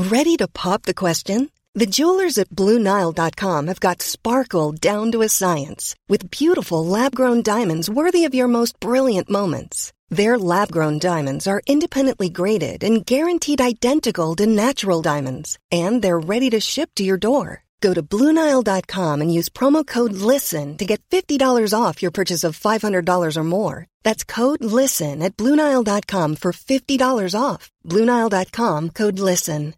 Ready to pop the question? The jewelers at BlueNile.com have got sparkle down to a science with beautiful lab-grown diamonds worthy of your most brilliant moments. Their lab-grown diamonds are independently graded and guaranteed identical to natural diamonds, and they're ready to ship to your door. Go to BlueNile.com and use promo code LISTEN to get $50 off your purchase of $500 or more. That's code LISTEN at BlueNile.com for $50 off. BlueNile.com, code LISTEN.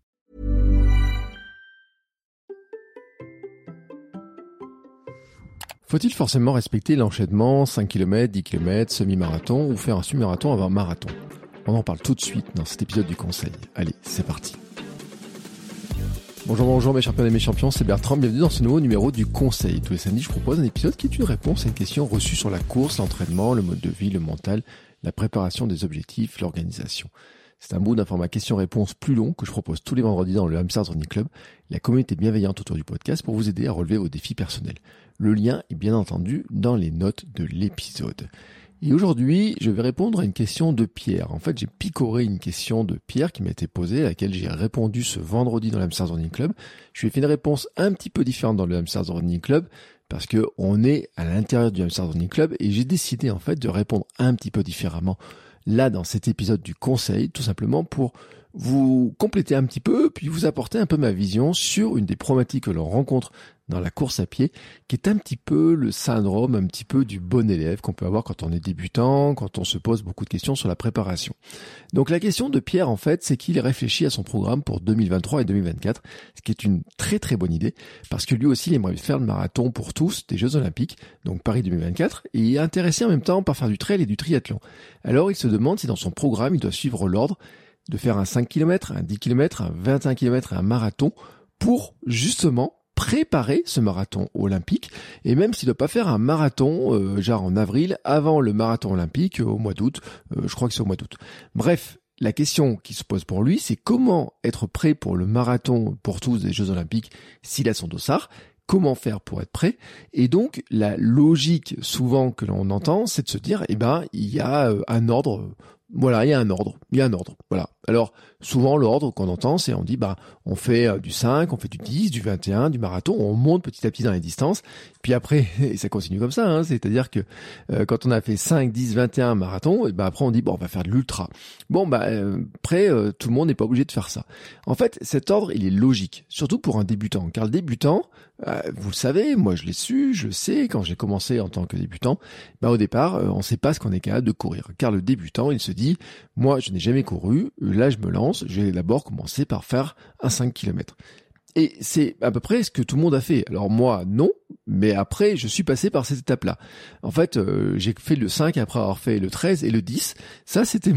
Faut-il forcément respecter l'enchaînement 5 km, 10 km, semi-marathon ou faire un semi-marathon avant un marathon? On en parle tout de suite dans cet épisode du Conseil. Allez, c'est parti. Bonjour mes champions et mes champions, c'est Bertrand, bienvenue dans ce nouveau numéro du Conseil. Tous les samedis, je propose un épisode qui est une réponse à une question reçue sur la course, l'entraînement, le mode de vie, le mental, la préparation des objectifs, l'organisation. C'est un bout d'un format question-réponse plus long que je propose tous les vendredis dans le Hamsters Running Club, la communauté bienveillante autour du podcast pour vous aider à relever vos défis personnels. Le lien est bien entendu dans les notes de l'épisode. Et aujourd'hui, je vais répondre à une question de Pierre. En fait, j'ai picoré une question de Pierre qui m'a été posée, à laquelle j'ai répondu ce vendredi dans le Hamsters Running Club. Je lui ai fait une réponse un petit peu différente dans le Hamsters Running Club, parce que on est à l'intérieur du Hamsters Running Club, et j'ai décidé en fait de répondre un petit peu différemment là dans cet épisode du Conseil, tout simplement pour vous compléter un petit peu, puis vous apporter un peu ma vision sur une des problématiques que l'on rencontre dans la course à pied, qui est un petit peu le syndrome, un petit peu du bon élève qu'on peut avoir quand on est débutant, quand on se pose beaucoup de questions sur la préparation. Donc la question de Pierre, en fait, c'est qu'il réfléchit à son programme pour 2023 et 2024, ce qui est une très très bonne idée, parce que lui aussi, il aimerait faire le marathon pour tous des Jeux Olympiques, donc Paris 2024, et il est intéressé en même temps par faire du trail et du triathlon. Alors il se demande si dans son programme, il doit suivre l'ordre de faire un 5 km, un 10 km, un 21 km et un marathon pour justement préparer ce marathon olympique, et même s'il ne doit pas faire un marathon genre en avril avant le marathon olympique au mois d'août, je crois que c'est au mois d'août. Bref, la question qui se pose pour lui, c'est comment être prêt pour le marathon pour tous des Jeux Olympiques s'il a son dossard. Comment faire pour être prêt? Et donc, la logique souvent que l'on entend, c'est de se dire, il y a un ordre. Voilà, il y a un ordre. Voilà. Alors, souvent, l'ordre qu'on entend, c'est on dit, on fait du 5, on fait du 10, du 21, du marathon, on monte petit à petit dans les distances. Puis après, et ça continue comme ça, c'est-à-dire que quand on a fait 5, 10, 21 marathons, et après on dit, on va faire de l'ultra. Après, tout le monde n'est pas obligé de faire ça. En fait, cet ordre, il est logique, surtout pour un débutant. Car le débutant, vous le savez, moi je l'ai su, je sais, quand j'ai commencé en tant que débutant, au départ, on ne sait pas ce qu'on est capable de courir. Car le débutant, il se dit, moi je n'ai jamais couru, là je me lance, je vais d'abord commencer par faire un 5 km. Et c'est à peu près ce que tout le monde a fait. Alors moi, non, mais après, je suis passé par cette étape-là. En fait, j'ai fait le 5 après avoir fait le 13 et le 10. Ça, c'était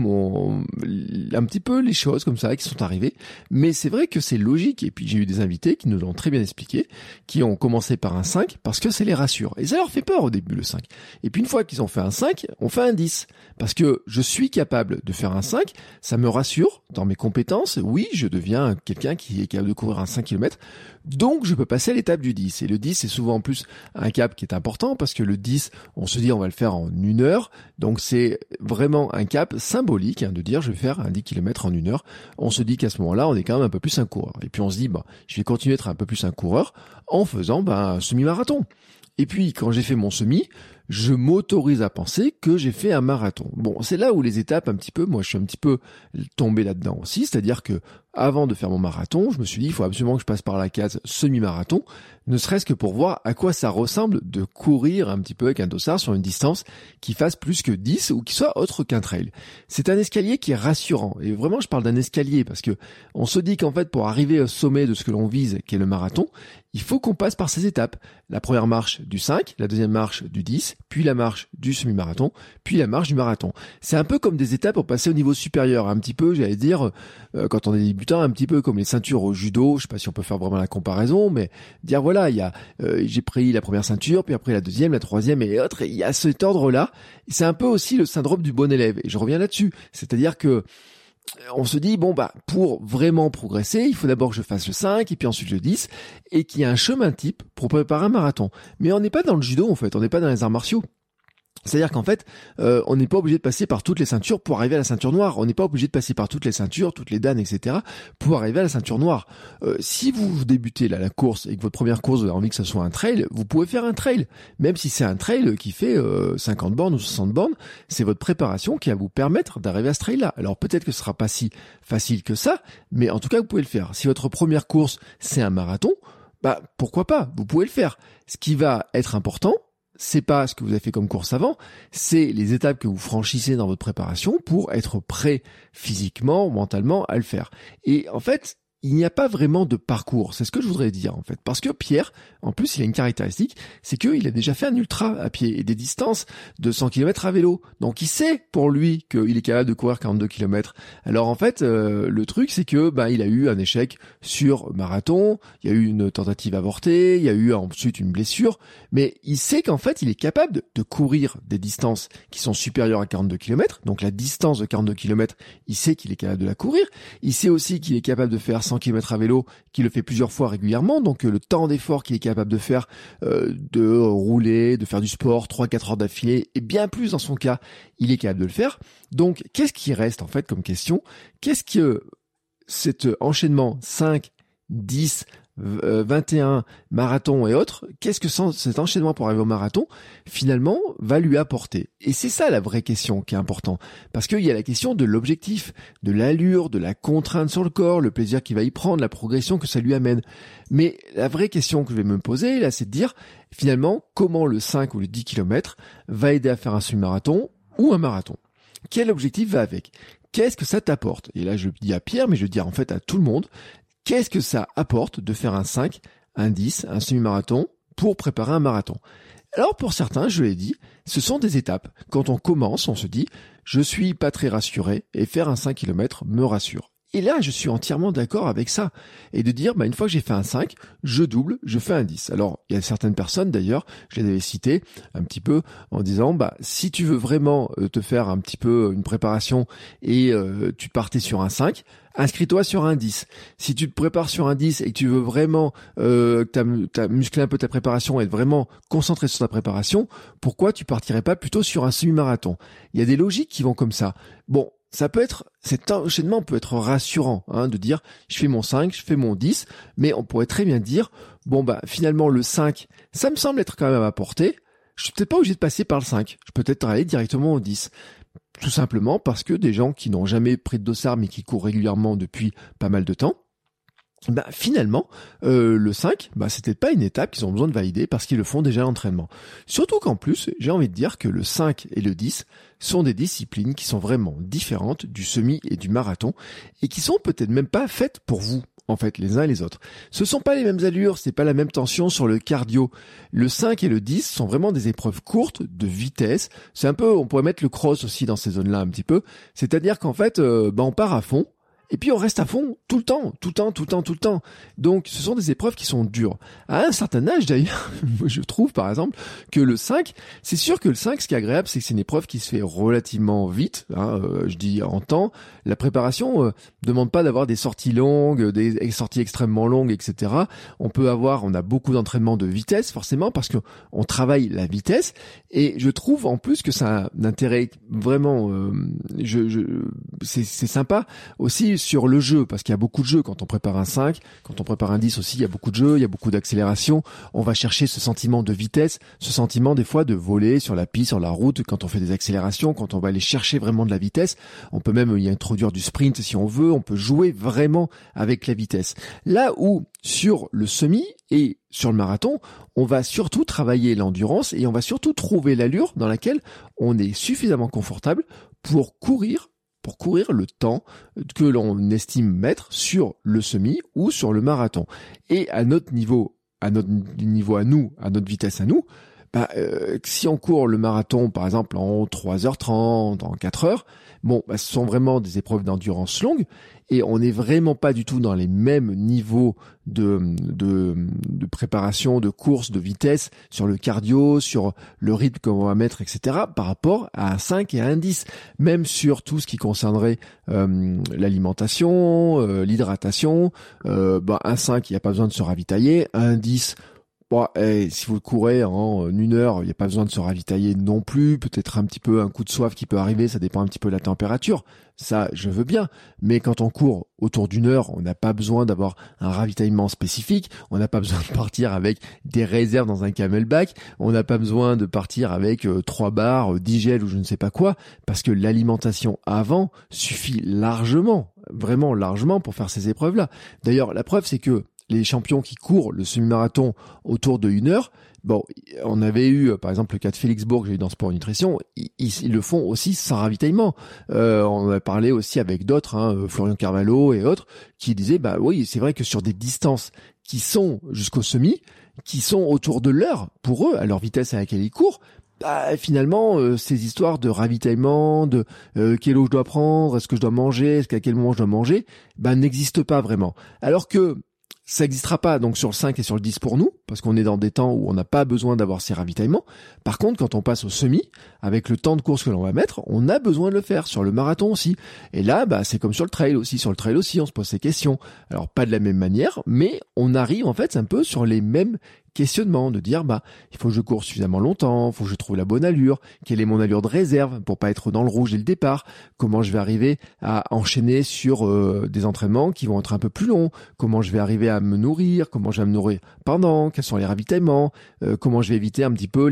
un petit peu les choses comme ça qui sont arrivées. Mais c'est vrai que c'est logique. Et puis, j'ai eu des invités qui nous l'ont très bien expliqué, qui ont commencé par un 5 parce que ça les rassure. Et ça leur fait peur au début, le 5. Et puis, une fois qu'ils ont fait un 5, on fait un 10. Parce que je suis capable de faire un 5, ça me rassure dans mes compétences. Oui, je deviens quelqu'un qui est capable de courir un 5 km. Donc, je peux passer à l'étape du 10. Et le 10, c'est souvent en plus un cap qui est important parce que le 10, on se dit on va le faire en 1 heure. Donc, c'est vraiment un cap symbolique de dire je vais faire un 10 km en 1 heure. On se dit qu'à ce moment-là, on est quand même un peu plus un coureur. Et puis, on se dit, je vais continuer à être un peu plus un coureur en faisant un semi-marathon. Et puis, quand j'ai fait mon semi, je m'autorise à penser que j'ai fait un marathon. Bon, c'est là où les étapes moi je suis un petit peu tombé là-dedans aussi, c'est-à-dire que avant de faire mon marathon, je me suis dit, il faut absolument que je passe par la case semi-marathon, ne serait-ce que pour voir à quoi ça ressemble de courir un petit peu avec un dossard sur une distance qui fasse plus que 10 ou qui soit autre qu'un trail. C'est un escalier qui est rassurant. Et vraiment, je parle d'un escalier parce que on se dit qu'en fait, pour arriver au sommet de ce que l'on vise, qui est le marathon, il faut qu'on passe par ces étapes. La première marche du 5, la deuxième marche du 10, puis la marche du semi-marathon, puis la marche du marathon. C'est un peu comme des étapes pour passer au niveau supérieur. Un petit peu, j'allais dire, quand on est débutant, un petit peu comme les ceintures au judo. Je sais pas si on peut faire vraiment la comparaison, mais dire voilà, il y a, j'ai pris la première ceinture, puis après la deuxième, la troisième et autres. Et il y a cet ordre-là. C'est un peu aussi le syndrome du bon élève. Et je reviens là-dessus. C'est-à-dire que on se dit, pour vraiment progresser, il faut d'abord que je fasse le 5 et puis ensuite le 10 et qu'il y a un chemin type pour préparer un marathon. Mais on n'est pas dans le judo en fait, on n'est pas dans les arts martiaux. C'est-à-dire qu'en fait, on n'est pas obligé de passer par toutes les ceintures pour arriver à la ceinture noire. On n'est pas obligé de passer par toutes les ceintures, toutes les danes, etc. pour arriver à la ceinture noire. Si vous débutez là la course et que votre première course, vous avez envie que ça soit un trail, vous pouvez faire un trail. Même si c'est un trail qui fait 50 bornes ou 60 bornes, c'est votre préparation qui va vous permettre d'arriver à ce trail-là. Alors peut-être que ce sera pas si facile que ça, mais en tout cas, vous pouvez le faire. Si votre première course, c'est un marathon, pourquoi pas, vous pouvez le faire. Ce qui va être important, c'est pas ce que vous avez fait comme course avant, c'est les étapes que vous franchissez dans votre préparation pour être prêt physiquement, mentalement à le faire. Et en fait, il n'y a pas vraiment de parcours, c'est ce que je voudrais dire en fait. Parce que Pierre, en plus, il a une caractéristique, c'est qu'il a déjà fait un ultra à pied et des distances de 100 km à vélo. Donc il sait pour lui qu'il est capable de courir 42 km. Alors en fait, le truc c'est que il a eu un échec sur marathon, il y a eu une tentative avortée, il y a eu ensuite une blessure, mais il sait qu'en fait, il est capable de courir des distances qui sont supérieures à 42 km. Donc la distance de 42 km, il sait qu'il est capable de la courir. Il sait aussi qu'il est capable de faire 100 km à vélo, qu'il le fait plusieurs fois régulièrement, donc le temps d'effort qu'il est capable de faire, de rouler, de faire du sport 3-4 heures d'affilée, et bien plus dans son cas, il est capable de le faire. Donc qu'est-ce qui reste en fait comme question? Qu'est-ce que cet enchaînement 5, 10, 21 marathons et autres, qu'est-ce que cet enchaînement pour arriver au marathon finalement va lui apporter? Et c'est ça la vraie question qui est importante, parce qu'il y a la question de l'objectif, de l'allure, de la contrainte sur le corps, le plaisir qu'il va y prendre, la progression que ça lui amène. Mais la vraie question que je vais me poser là, c'est de dire finalement comment le 5 ou le 10 km va aider à faire un semi-marathon ou un marathon. Quel objectif va avec? Qu'est-ce que ça t'apporte? Et là je le dis à Pierre, mais je le dis en fait à tout le monde. Qu'est-ce que ça apporte de faire un 5, un 10, un semi-marathon pour préparer un marathon? Alors pour certains, je l'ai dit, ce sont des étapes. Quand on commence, on se dit « je suis pas très rassuré et faire un 5 km me rassure ». Et là, je suis entièrement d'accord avec ça. Et de dire, une fois que j'ai fait un 5, je double, je fais un 10. Alors, il y a certaines personnes, d'ailleurs, je les avais citées un petit peu en disant, si tu veux vraiment te faire un petit peu une préparation et tu partais sur un 5, inscris-toi sur un 10. Si tu te prépares sur un 10 et que tu veux vraiment t'as musclé un peu ta préparation et être vraiment concentré sur ta préparation, pourquoi tu partirais pas plutôt sur un semi-marathon? Il y a des logiques qui vont comme ça. Bon, cet enchaînement peut être rassurant, de dire, je fais mon 5, je fais mon 10, mais on pourrait très bien dire, finalement, le 5, ça me semble être quand même à ma portée, je suis peut-être pas obligé de passer par le 5, je peux peut-être aller directement au 10. Tout simplement parce que des gens qui n'ont jamais pris de dossard mais qui courent régulièrement depuis pas mal de temps, finalement, le 5, c'était pas une étape qu'ils ont besoin de valider parce qu'ils le font déjà à l'entraînement. Surtout qu'en plus, j'ai envie de dire que le 5 et le 10 sont des disciplines qui sont vraiment différentes du semi et du marathon et qui sont peut-être même pas faites pour vous. En fait, les uns et les autres. Ce sont pas les mêmes allures, c'est pas la même tension sur le cardio. Le 5 et le 10 sont vraiment des épreuves courtes de vitesse. C'est un peu, on pourrait mettre le cross aussi dans ces zones-là un petit peu. C'est-à-dire qu'en fait, on part à fond. Et puis on reste à fond tout le temps. Donc ce sont des épreuves qui sont dures. À un certain âge d'ailleurs, je trouve par exemple que le 5, c'est sûr que le 5, ce qui est agréable, c'est que c'est une épreuve qui se fait relativement vite. Je dis en temps. La préparation demande pas d'avoir des sorties longues, des sorties extrêmement longues, etc. On a beaucoup d'entraînement de vitesse forcément parce que on travaille la vitesse. Et je trouve en plus que ça a un intérêt vraiment, c'est sympa aussi sur le jeu, parce qu'il y a beaucoup de jeux quand on prépare un 5, quand on prépare un 10 aussi, il y a beaucoup de jeux, il y a beaucoup d'accélération, on va chercher ce sentiment de vitesse, ce sentiment des fois de voler sur la piste, sur la route, quand on fait des accélérations, quand on va aller chercher vraiment de la vitesse, on peut même y introduire du sprint si on veut, on peut jouer vraiment avec la vitesse. Là où sur le semi et sur le marathon, on va surtout travailler l'endurance et on va surtout trouver l'allure dans laquelle on est suffisamment confortable pour courir le temps que l'on estime mettre sur le semi ou sur le marathon. Et à notre niveau à nous, à notre vitesse à nous, si on court le marathon par exemple en 3h30, en 4h, ce sont vraiment des épreuves d'endurance longue et on n'est vraiment pas du tout dans les mêmes niveaux de préparation, de course, de vitesse sur le cardio, sur le rythme qu'on va mettre, etc. par rapport à un 5 et à un 10. Même sur tout ce qui concernerait l'alimentation, l'hydratation, un 5, il n'y a pas besoin de se ravitailler, un 10, Bon, si vous le courez en 1 heure, il n'y a pas besoin de se ravitailler non plus. Peut-être un petit peu un coup de soif qui peut arriver, ça dépend un petit peu de la température. Ça, je veux bien. Mais quand on court autour d'1 heure, on n'a pas besoin d'avoir un ravitaillement spécifique. On n'a pas besoin de partir avec des réserves dans un camelback. On n'a pas besoin de partir avec 3 barres, 10 gels ou je ne sais pas quoi. Parce que l'alimentation avant suffit largement, vraiment largement pour faire ces épreuves-là. D'ailleurs, la preuve, c'est que les champions qui courent le semi-marathon autour de 1 heure, bon, on avait eu, par exemple, le cas de Félix Bourg que j'ai eu dans Sport Nutrition, ils le font aussi sans ravitaillement. On a parlé aussi avec d'autres, Florian Carvalho et autres, qui disaient, bah oui, c'est vrai que sur des distances qui sont jusqu'au semi, qui sont autour de l'heure, pour eux, à leur vitesse à laquelle ils courent, bah, finalement, ces histoires de ravitaillement, de quelle eau je dois prendre, est-ce que je dois manger, est-ce qu'à quel moment je dois manger, bah, n'existent pas vraiment. Alors que ça n'existera pas donc sur le 5 et sur le 10 pour nous, parce qu'on est dans des temps où on n'a pas besoin d'avoir ces ravitaillements. Par contre, quand on passe au semi, avec le temps de course que l'on va mettre, on a besoin de le faire, sur le marathon aussi. Et là, bah, c'est comme sur le trail aussi. Sur le trail aussi, on se pose ces questions. Alors, pas de la même manière, mais on arrive en fait un peu sur les mêmes questionnements, de dire, bah, il faut que je cours suffisamment longtemps, il faut que je trouve la bonne allure, quelle est mon allure de réserve pour pas être dans le rouge dès le départ, comment je vais arriver à enchaîner sur des entraînements qui vont être un peu plus longs, comment je vais arriver à me nourrir, comment je vais me nourrir pendant, quels sont les ravitaillements, comment je vais éviter un petit peu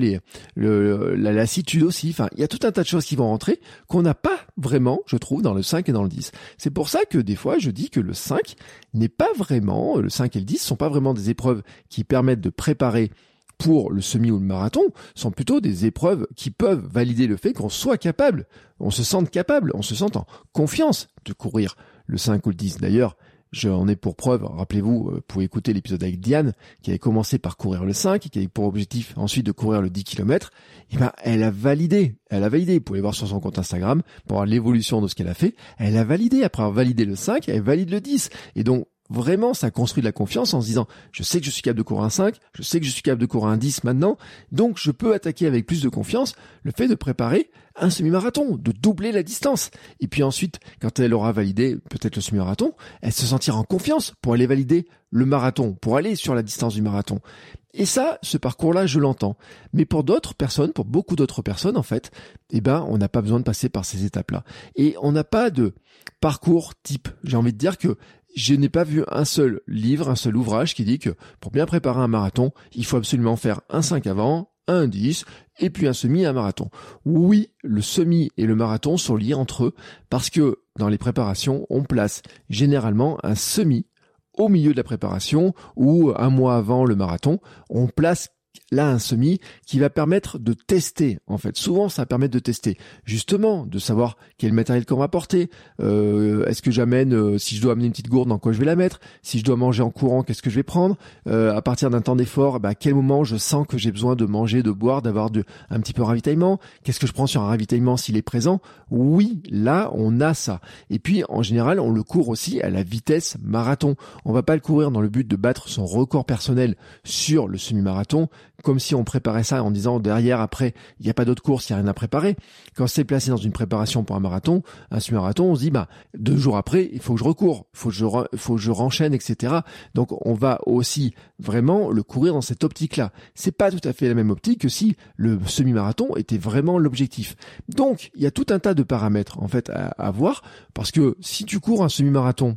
la lassitude aussi. Enfin, il y a tout un tas de choses qui vont rentrer qu'on n'a pas vraiment, je trouve, dans le 5 et dans le 10. C'est pour ça que des fois, je dis que le 5 n'est pas vraiment, le 5 et le 10 sont pas vraiment des épreuves qui permettent de préparer pour le semi ou le marathon, sont plutôt des épreuves qui peuvent valider le fait qu'on soit capable, on se sente capable, on se sente en confiance de courir le 5 ou le 10. D'ailleurs, j'en ai pour preuve, rappelez-vous, vous pouvez écouter l'épisode avec Diane, qui avait commencé par courir le 5, qui avait pour objectif ensuite de courir le 10 km, et ben, elle a validé, vous pouvez voir sur son compte Instagram, pour voir l'évolution de ce qu'elle a fait, elle a validé, après avoir validé le 5, elle valide le 10, et donc, vraiment, ça construit de la confiance en se disant, je sais que je suis capable de courir un 5, je sais que je suis capable de courir un 10 maintenant, donc je peux attaquer avec plus de confiance le fait de préparer un semi-marathon, de doubler la distance. Et puis ensuite, quand elle aura validé peut-être le semi-marathon, elle se sentira en confiance pour aller valider le marathon, pour aller sur la distance du marathon. Et ça, ce parcours-là, je l'entends. Mais pour d'autres personnes, pour beaucoup d'autres personnes, en fait, on n'a pas besoin de passer par ces étapes-là. Et on n'a pas de parcours type. J'ai envie de dire que je n'ai pas vu un seul livre, un seul ouvrage qui dit que pour bien préparer un marathon, il faut absolument faire un 5 avant, un 10 et puis un semi et un marathon. Oui, le semi et le marathon sont liés entre eux parce que dans les préparations, on place généralement un semi au milieu de la préparation ou un mois avant le marathon, on place là un semi qui va permettre de tester, en fait. Souvent, ça va permettre de tester, justement, de savoir quel matériel qu'on va porter. Est-ce que j'amène, si je dois amener une petite gourde, dans quoi je vais la mettre? Si je dois manger en courant, qu'est-ce que je vais prendre? À partir d'un temps d'effort, à quel moment je sens que j'ai besoin de manger, de boire, d'avoir un petit peu de ravitaillement? Qu'est-ce que je prends sur un ravitaillement s'il est présent? Oui, là, on a ça. Et puis, en général, on le court aussi à la vitesse marathon. On va pas le courir dans le but de battre son record personnel sur le semi-marathon, comme si on préparait ça en disant derrière, après, il n'y a pas d'autre course, il n'y a rien à préparer. Quand c'est placé dans une préparation pour un marathon, un semi-marathon, on se dit, 2 jours après, il faut que je recours, il faut que je renchaîne, etc. Donc, on va aussi vraiment le courir dans cette optique-là. C'est pas tout à fait la même optique que si le semi-marathon était vraiment l'objectif. Donc, il y a tout un tas de paramètres, en fait, à voir, parce que si tu cours un semi-marathon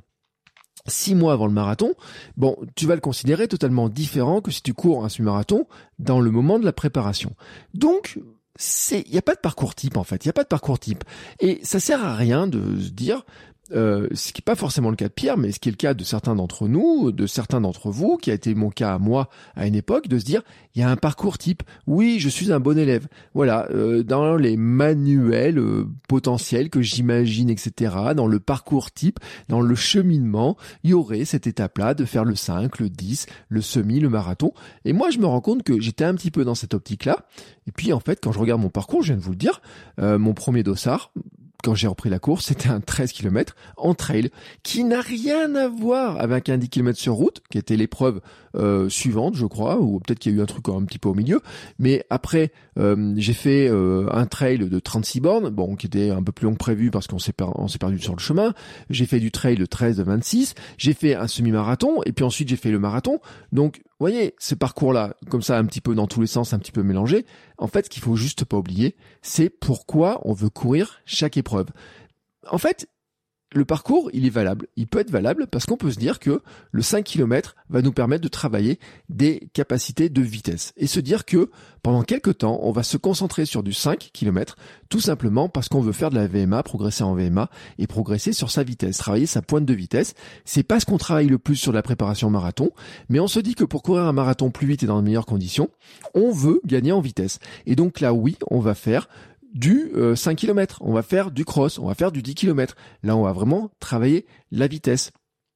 6 mois avant le marathon, tu vas le considérer totalement différent que si tu cours un semi-marathon dans le moment de la préparation. Donc, il n'y a pas de parcours type, en fait. Il n'y a pas de parcours type. Et ça sert à rien de se dire, ce qui n'est pas forcément le cas de Pierre, mais ce qui est le cas de certains d'entre nous, de certains d'entre vous, qui a été mon cas à moi à une époque, de se dire, il y a un parcours type. Oui, je suis un bon élève. Voilà, dans les manuels potentiels que j'imagine, etc., dans le parcours type, dans le cheminement, il y aurait cette étape-là de faire le 5, le 10, le semi, le marathon. Et moi, je me rends compte que j'étais un petit peu dans cette optique-là. Et puis, en fait, quand je regarde mon parcours, je viens de vous le dire, mon premier dossard, quand j'ai repris la course, c'était un 13 km en trail qui n'a rien à voir avec un 10 km sur route, qui était l'épreuve suivante, je crois, ou peut-être qu'il y a eu un truc un petit peu au milieu. Mais après, j'ai fait un trail de 36 bornes, qui était un peu plus long que prévu parce qu'on s'est perdu sur le chemin. J'ai fait du trail de 13 de 26. J'ai fait un semi-marathon et puis ensuite j'ai fait le marathon. Donc voyez, ce parcours-là, comme ça, un petit peu dans tous les sens, un petit peu mélangé, en fait, ce qu'il faut juste pas oublier, c'est pourquoi on veut courir chaque épreuve. En fait, le parcours, il est valable. Il peut être valable parce qu'on peut se dire que le 5 km va nous permettre de travailler des capacités de vitesse et se dire que pendant quelques temps, on va se concentrer sur du 5 km tout simplement parce qu'on veut faire de la VMA, progresser en VMA et progresser sur sa vitesse, travailler sa pointe de vitesse. C'est pas ce qu'on travaille le plus sur la préparation marathon, mais on se dit que pour courir un marathon plus vite et dans de meilleures conditions, on veut gagner en vitesse. Et donc là, oui, on va faire du 5 km, on va faire du cross, on va faire du 10 km. Là, on va vraiment travailler la vitesse.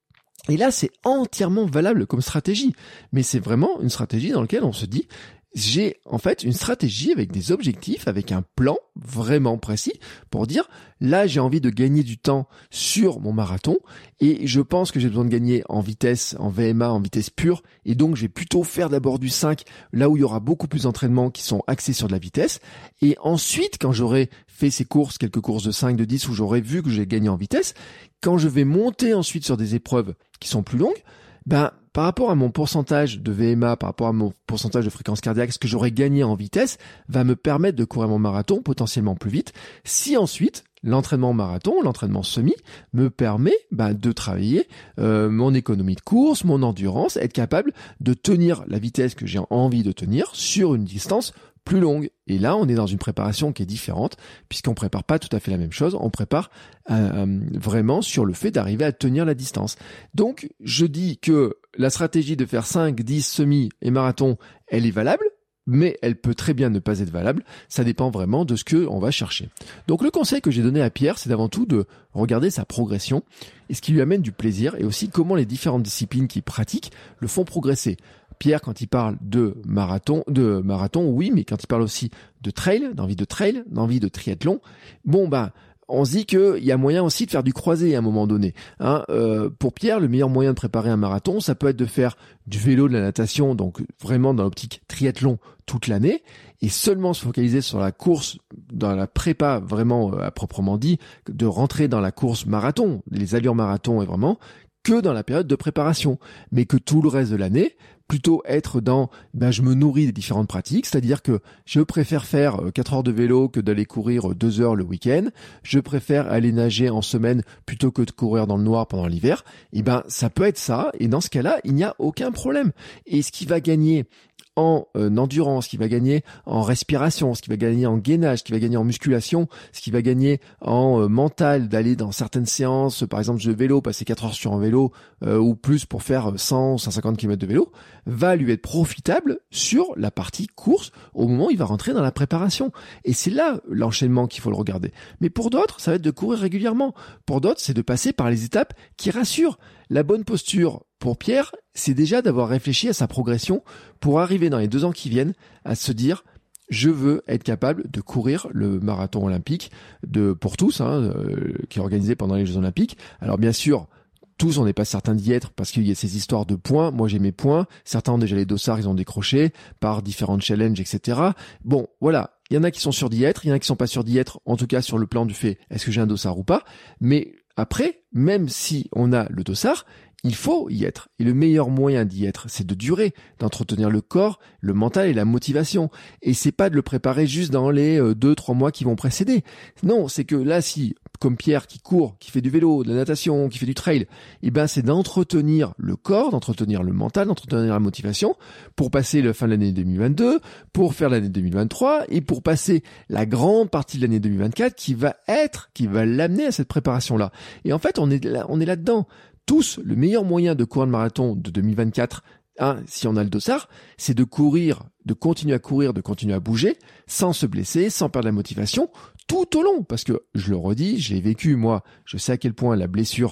Et là, c'est entièrement valable comme stratégie. Mais c'est vraiment une stratégie dans laquelle on se dit, j'ai en fait une stratégie avec des objectifs, avec un plan vraiment précis pour dire, là, j'ai envie de gagner du temps sur mon marathon et je pense que j'ai besoin de gagner en vitesse, en VMA, en vitesse pure et donc je vais plutôt faire d'abord du 5, là où il y aura beaucoup plus d'entraînements qui sont axés sur de la vitesse et ensuite, quand j'aurai fait ces courses, quelques courses de 5, de 10 où j'aurai vu que j'ai gagné en vitesse, quand je vais monter ensuite sur des épreuves qui sont plus longues, par rapport à mon pourcentage de VMA, par rapport à mon pourcentage de fréquence cardiaque, ce que j'aurais gagné en vitesse va me permettre de courir mon marathon potentiellement plus vite. Si ensuite, l'entraînement marathon, l'entraînement semi, me permet de travailler mon économie de course, mon endurance, être capable de tenir la vitesse que j'ai envie de tenir sur une distance plus longue. Et là, on est dans une préparation qui est différente, puisqu'on prépare pas tout à fait la même chose, on prépare vraiment sur le fait d'arriver à tenir la distance. Donc, je dis que la stratégie de faire 5, 10, semi et marathon, elle est valable, mais elle peut très bien ne pas être valable. Ça dépend vraiment de ce qu'on va chercher. Donc, le conseil que j'ai donné à Pierre, c'est d'avant tout de regarder sa progression et ce qui lui amène du plaisir et aussi comment les différentes disciplines qu'il pratique le font progresser. Pierre, quand il parle de marathon, oui, mais quand il parle aussi de trail, d'envie de triathlon, on se dit qu'il y a moyen aussi de faire du croisé à un moment donné. Pour Pierre, le meilleur moyen de préparer un marathon, ça peut être de faire du vélo, de la natation, donc vraiment dans l'optique triathlon toute l'année, et seulement se focaliser sur la course, dans la prépa vraiment à proprement dit, de rentrer dans la course marathon, les allures marathon et vraiment que dans la période de préparation, mais que tout le reste de l'année, plutôt être dans, je me nourris des différentes pratiques, c'est-à-dire que je préfère faire 4 heures de vélo que d'aller courir 2 heures le week-end, je préfère aller nager en semaine plutôt que de courir dans le noir pendant l'hiver, ça peut être ça, et dans ce cas-là, il n'y a aucun problème. Et ce qui va gagner en endurance, ce qui va gagner en respiration, ce qui va gagner en gainage, ce qui va gagner en musculation, ce qui va gagner en mental, d'aller dans certaines séances, par exemple de vélo, passer 4 heures sur un vélo ou plus pour faire 100, 150 km de vélo, va lui être profitable sur la partie course au moment où il va rentrer dans la préparation. Et c'est là l'enchaînement qu'il faut le regarder. Mais pour d'autres, ça va être de courir régulièrement. Pour d'autres, c'est de passer par les étapes qui rassurent. La bonne posture pour Pierre, c'est déjà d'avoir réfléchi à sa progression pour arriver dans les 2 ans qui viennent à se dire je veux être capable de courir le marathon olympique pour tous, qui est organisé pendant les Jeux Olympiques. Alors bien sûr, tous, on n'est pas certain d'y être parce qu'il y a ces histoires de points. Moi, j'ai mes points. Certains ont déjà les dossards, ils ont décroché par différents challenges, etc. Bon, voilà. Il y en a qui sont sûrs d'y être, il y en a qui sont pas sûrs d'y être, en tout cas sur le plan du fait, est-ce que j'ai un dossard ou pas. Mais après, même si on a le dossard, il faut y être. Et le meilleur moyen d'y être, c'est de durer, d'entretenir le corps, le mental et la motivation. Et c'est pas de le préparer juste dans les 2-3 mois qui vont précéder. Non, c'est que là, si, comme Pierre qui court, qui fait du vélo, de la natation, qui fait du trail, c'est d'entretenir le corps, d'entretenir le mental, d'entretenir la motivation pour passer la fin de l'année 2022, pour faire l'année 2023 et pour passer la grande partie de l'année 2024 qui va l'amener à cette préparation-là. Et en fait, on est là-dedans. Tous, le meilleur moyen de courir le marathon de 2024, si on a le dossard, c'est de courir, de continuer à courir, de continuer à bouger, sans se blesser, sans perdre la motivation, tout au long. Parce que, je le redis, j'ai vécu, moi, je sais à quel point la blessure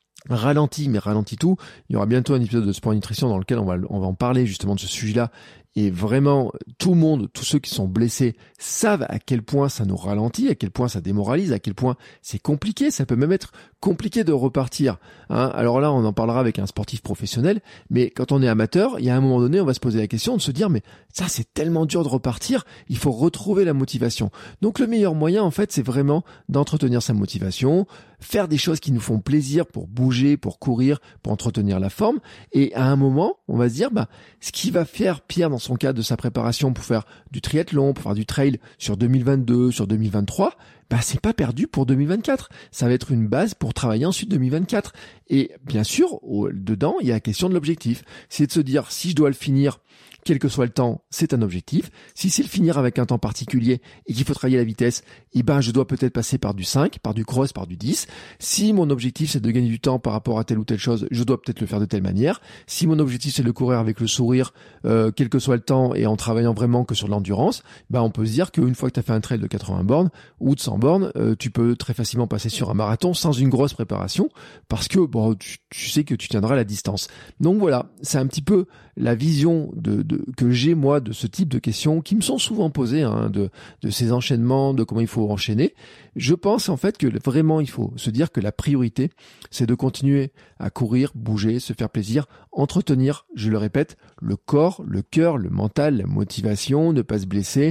ralentit tout. Il y aura bientôt un épisode de Sport et Nutrition dans lequel on va en parler justement de ce sujet-là et vraiment tout le monde, tous ceux qui sont blessés savent à quel point ça nous ralentit, à quel point ça démoralise, à quel point c'est compliqué, ça peut même être compliqué de repartir. Alors là, on en parlera avec un sportif professionnel, mais quand on est amateur, il y a un moment donné, on va se poser la question de se dire, mais ça c'est tellement dur de repartir, il faut retrouver la motivation. Donc le meilleur moyen, en fait, c'est vraiment d'entretenir sa motivation, faire des choses qui nous font plaisir pour bouger, pour courir, pour entretenir la forme. Et à un moment, on va se dire, ce qui va faire Pierre dans son cadre de sa préparation pour faire du triathlon, pour faire du trail sur 2022, sur 2023, c'est pas perdu pour 2024. Ça va être une base pour travailler ensuite 2024. Et bien sûr, dedans, il y a la question de l'objectif. C'est de se dire, si je dois le finir, quel que soit le temps, c'est un objectif. Si c'est le finir avec un temps particulier et qu'il faut travailler la vitesse, je dois peut-être passer par du 5, par du cross, par du 10. Si mon objectif, c'est de gagner du temps par rapport à telle ou telle chose, je dois peut-être le faire de telle manière. Si mon objectif, c'est de courir avec le sourire, quel que soit le temps et en travaillant vraiment que sur l'endurance, on peut se dire qu'une fois que tu as fait un trail de 80 bornes ou de 100 bornes, tu peux très facilement passer sur un marathon sans une grosse préparation parce que tu sais que tu tiendras la distance. Donc voilà, c'est un petit peu la vision que j'ai moi de ce type de questions qui me sont souvent posées, de ces enchaînements, de comment il faut enchaîner. Je pense en fait que vraiment il faut se dire que la priorité c'est de continuer à courir, bouger, se faire plaisir, entretenir, je le répète, le corps, le cœur, le mental, la motivation, ne pas se blesser,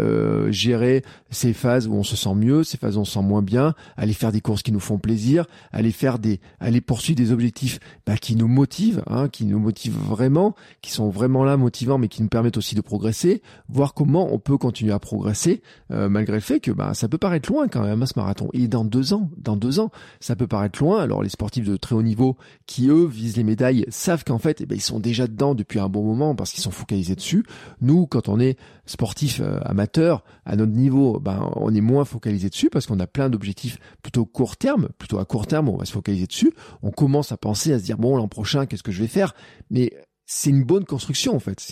gérer ces phases où on se sent mieux, ces phases où on se sent moins bien, aller faire des courses qui nous font plaisir, aller poursuivre des objectifs qui nous motivent, vraiment, qui sont vraiment là motivants mais qui nous permettent aussi de progresser, voir comment on peut continuer à progresser malgré le fait que ça peut paraître loin quand même ce marathon. Et dans 2 ans, ça peut paraître loin. Alors les sportifs de très haut niveau qui eux visent les médailles savent qu'en fait ils sont déjà dedans depuis un bon moment parce qu'ils sont focalisés dessus. Nous, quand on est sportif amateur à notre niveau, on est moins focalisé dessus parce qu'on a plein d'objectifs plutôt à court terme, on va se focaliser dessus. On commence à penser à se dire l'an prochain qu'est-ce que je vais faire, mais c'est une bonne construction en fait,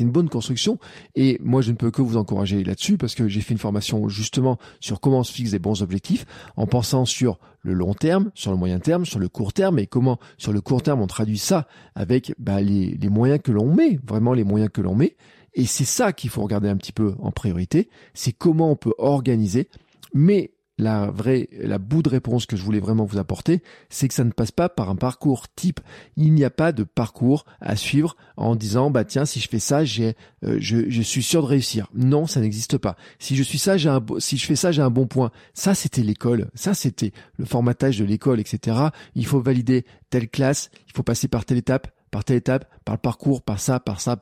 et moi je ne peux que vous encourager là-dessus parce que j'ai fait une formation justement sur comment on se fixe des bons objectifs en pensant sur le long terme, sur le moyen terme, sur le court terme et comment sur le court terme on traduit ça avec les moyens que l'on met, vraiment les moyens que l'on met, et c'est ça qu'il faut regarder un petit peu en priorité, c'est comment on peut organiser, mais la bout de réponse que je voulais vraiment vous apporter, c'est que ça ne passe pas par un parcours type. Il n'y a pas de parcours à suivre en disant tiens, si je fais ça, je suis sûr de réussir. Non, ça n'existe pas. Si je fais ça, j'ai un bon point. Ça, c'était l'école. Ça, c'était le formatage de l'école, etc. Il faut valider telle classe. Il faut passer par telle étape, par le parcours, par ça.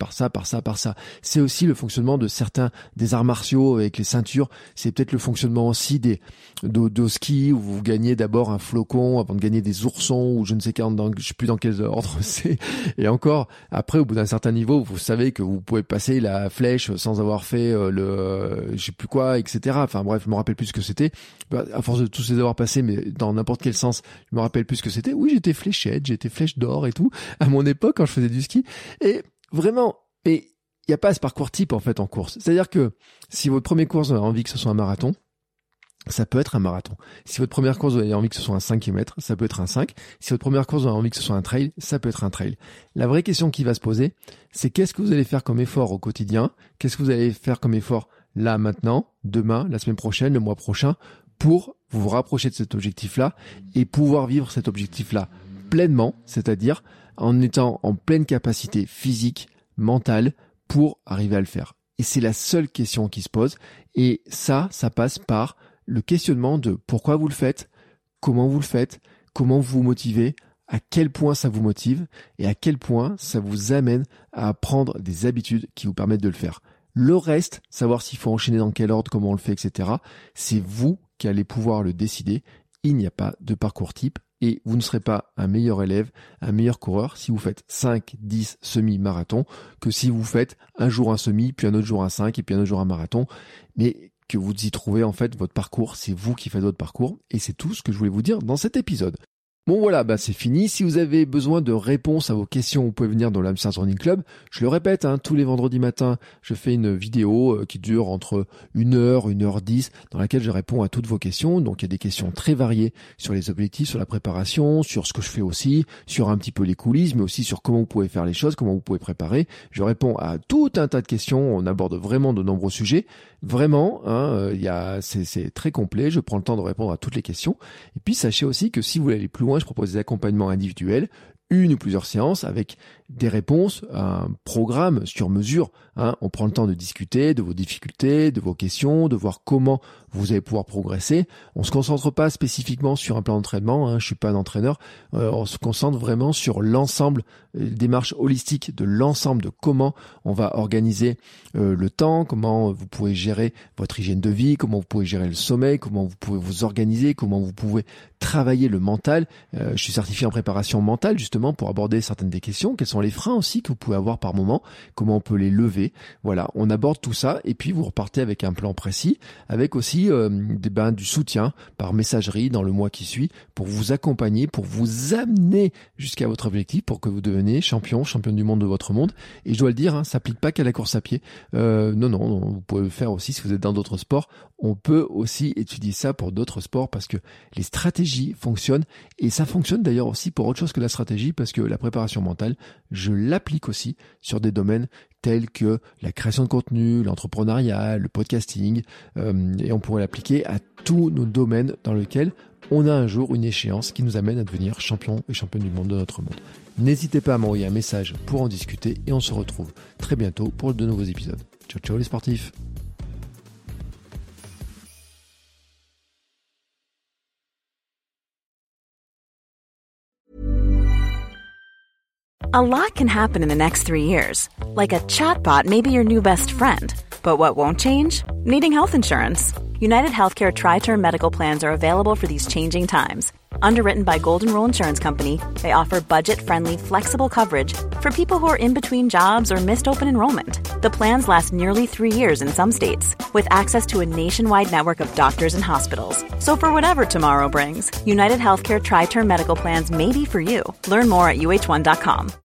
C'est aussi le fonctionnement de certains des arts martiaux avec les ceintures. C'est peut-être le fonctionnement aussi de ski où vous gagnez d'abord un flocon avant de gagner des oursons ou je ne sais plus dans quel ordre c'est. Et encore, après, au bout d'un certain niveau, vous savez que vous pouvez passer la flèche sans avoir fait je sais plus quoi, etc. Enfin bref, je me rappelle plus ce que c'était. À force de tous les avoir passés, mais dans n'importe quel sens, je me rappelle plus ce que c'était. Oui, j'étais fléchette, j'étais flèche d'or et tout. À mon époque, quand je faisais du ski. Et vraiment, il n'y a pas ce parcours type en fait en course. C'est-à-dire que si votre première course, vous avez envie que ce soit un marathon, ça peut être un marathon. Si votre première course, vous avez envie que ce soit un 5 km, ça peut être un 5. Si votre première course, vous avez envie que ce soit un trail, ça peut être un trail. La vraie question qui va se poser, c'est qu'est-ce que vous allez faire comme effort au quotidien? Qu'est-ce que vous allez faire comme effort là, maintenant, demain, la semaine prochaine, le mois prochain, pour vous rapprocher de cet objectif-là et pouvoir vivre cet objectif-là pleinement, c'est-à-dire en étant en pleine capacité physique, mentale, pour arriver à le faire. Et c'est la seule question qui se pose. Et ça passe par le questionnement de pourquoi vous le faites, comment vous le faites, comment vous vous motivez, à quel point ça vous motive et à quel point ça vous amène à prendre des habitudes qui vous permettent de le faire. Le reste, savoir s'il faut enchaîner dans quel ordre, comment on le fait, etc., c'est vous qui allez pouvoir le décider. Il n'y a pas de parcours type. Et vous ne serez pas un meilleur élève, un meilleur coureur si vous faites 5, 10 semi-marathons que si vous faites un jour un semi, puis un autre jour un 5 et puis un autre jour un marathon. Mais que vous y trouvez en fait votre parcours, c'est vous qui faites votre parcours et c'est tout ce que je voulais vous dire dans cet épisode. Bon voilà, c'est fini. Si vous avez besoin de réponses à vos questions, vous pouvez venir dans l'Hamster Running Club. Je le répète, tous les vendredis matins, je fais une vidéo qui dure entre 1h, 1h10, dans laquelle je réponds à toutes vos questions. Donc il y a des questions très variées sur les objectifs, sur la préparation, sur ce que je fais aussi, sur un petit peu les coulisses, mais aussi sur comment vous pouvez faire les choses, comment vous pouvez préparer. Je réponds à tout un tas de questions. On aborde vraiment de nombreux sujets. Vraiment, c'est très complet. Je prends le temps de répondre à toutes les questions. Et puis sachez aussi que si vous voulez aller plus loin, je propose des accompagnements individuels, une ou plusieurs séances avec des réponses, un programme sur mesure. On prend le temps de discuter de vos difficultés, de vos questions, de voir comment vous allez pouvoir progresser. On se concentre pas spécifiquement sur un plan d'entraînement, je suis pas un entraîneur. On se concentre vraiment sur l'ensemble, démarche holistique de l'ensemble de comment on va organiser le temps, comment vous pouvez gérer votre hygiène de vie, comment vous pouvez gérer le sommeil, comment vous pouvez vous organiser, comment vous pouvez travailler le mental. Je suis certifié en préparation mentale justement pour aborder certaines des questions. Quels sont les freins aussi que vous pouvez avoir par moment, comment on peut les lever. Voilà, on aborde tout ça et puis vous repartez avec un plan précis, avec aussi du soutien par messagerie dans le mois qui suit pour vous accompagner, pour vous amener jusqu'à votre objectif, pour que vous deveniez championne du monde de votre monde. Et je dois le dire, ça s'applique pas qu'à la course à pied. Non, vous pouvez le faire aussi si vous êtes dans d'autres sports. On peut aussi étudier ça pour d'autres sports parce que les stratégies fonctionnent et ça fonctionne d'ailleurs aussi pour autre chose que la stratégie parce que la préparation mentale, je l'applique aussi sur des domaines tels que la création de contenu, l'entrepreneuriat, le podcasting et on pourrait l'appliquer à tous nos domaines dans lesquels on a un jour une échéance qui nous amène à devenir champion et championne du monde de notre monde. N'hésitez pas à m'envoyer un message pour en discuter et on se retrouve très bientôt pour de nouveaux épisodes. Ciao les sportifs! A lot can happen in the next 3 years. Like a chatbot may be your new best friend. But what won't change? Needing health insurance. United Healthcare Tri-Term Medical Plans are available for these changing times. Underwritten by Golden Rule Insurance Company, they offer budget-friendly, flexible coverage for people who are in between jobs or missed open enrollment. The plans last nearly 3 years in some states, with access to a nationwide network of doctors and hospitals. So for whatever tomorrow brings, United Healthcare Tri-Term Medical Plans may be for you. Learn more at uh1.com.